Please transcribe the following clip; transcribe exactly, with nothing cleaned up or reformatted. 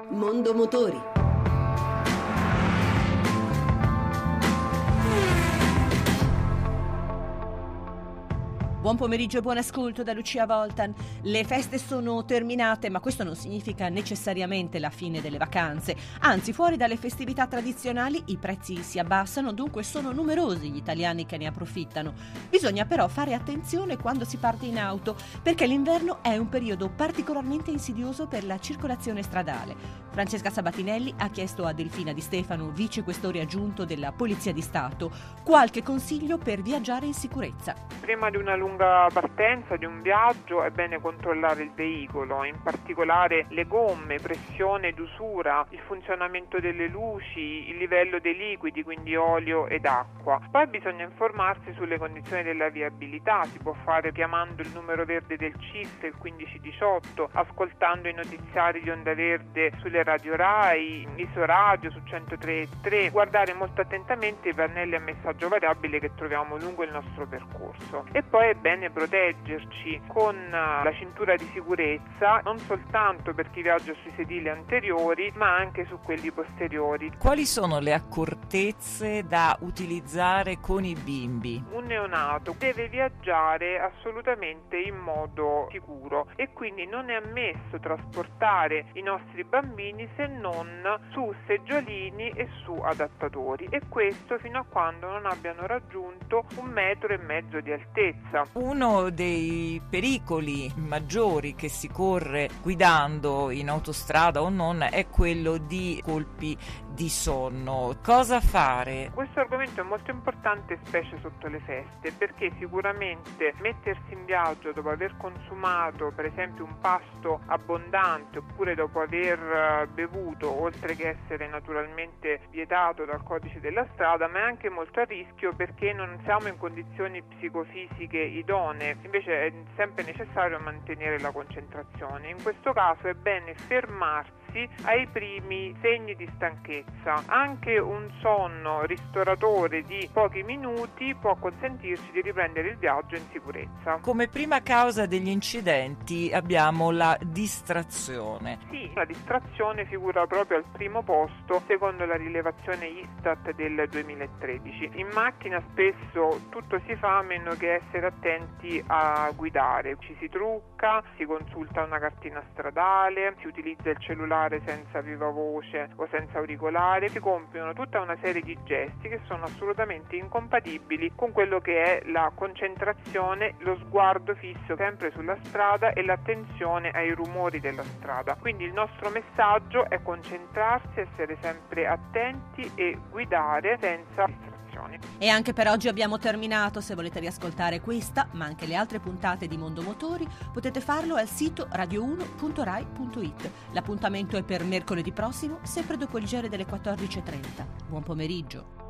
Mondo Motori. Buon pomeriggio e buon ascolto da Lucia Voltan. Le feste sono terminate, ma questo non significa necessariamente la fine delle vacanze. Anzi, fuori dalle festività tradizionali i prezzi si abbassano, dunque sono numerosi gli italiani che ne approfittano. Bisogna però fare attenzione quando si parte in auto, perché l'inverno è un periodo particolarmente insidioso per la circolazione stradale. Francesca Sabatinelli ha chiesto a Delfina Di Stefano, vice questore aggiunto della Polizia di Stato, qualche consiglio per viaggiare in sicurezza. Prima di una lunga partenza, di un viaggio, è bene controllare il veicolo, in particolare le gomme, pressione ed usura, il funzionamento delle luci, il livello dei liquidi, quindi olio ed acqua. Poi bisogna informarsi sulle condizioni della viabilità, si può fare chiamando il numero verde del C I S, il quindici diciotto, ascoltando i notiziari di Onda Verde sulle radio Rai, Isoradio su centotré e tre, guardare molto attentamente i pannelli a messaggio variabile che troviamo lungo il nostro percorso. E poi è bene proteggerci con la cintura di sicurezza, non soltanto per chi viaggia sui sedili anteriori, ma anche su quelli posteriori. Quali sono le accortezze da utilizzare con i bimbi? Un neonato deve viaggiare assolutamente in modo sicuro e quindi non è ammesso trasportare i nostri bambini se non su seggiolini e su adattatori, e questo fino a quando non abbiano raggiunto un metro e mezzo di altezza. Uno dei pericoli maggiori che si corre guidando in autostrada o non è quello di colpi di sonno. Cosa fare? Questo argomento è molto importante, specie sotto le feste, perché sicuramente mettersi in viaggio dopo aver consumato per esempio un pasto abbondante oppure dopo aver bevuto, oltre che essere naturalmente vietato dal codice della strada, ma è anche molto a rischio perché non siamo in condizioni psicofisiche idonee. Invece è sempre necessario mantenere la concentrazione. In questo caso è bene fermarsi ai primi segni di stanchezza. Anche un sonno ristoratore di pochi minuti può consentirci di riprendere il viaggio in sicurezza. Come prima causa degli incidenti abbiamo la distrazione. Sì, la distrazione figura proprio al primo posto secondo la rilevazione Istat del duemilatredici. In macchina spesso tutto si fa a meno che essere attenti a guidare. Ci si trucca, si consulta una cartina stradale, si utilizza il cellulare senza viva voce o senza auricolare, si compiono tutta una serie di gesti che sono assolutamente incompatibili con quello che è la concentrazione, lo sguardo fisso sempre sulla strada e l'attenzione ai rumori della strada. Quindi il nostro messaggio è concentrarsi, essere sempre attenti e guidare senza distrazioni. E anche per oggi abbiamo terminato. Se volete riascoltare questa, ma anche le altre puntate di Mondo Motori, potete farlo al sito radio uno punto rai punto it. L'appuntamento è per mercoledì prossimo, sempre dopo il giro delle quattordici e trenta. Buon pomeriggio.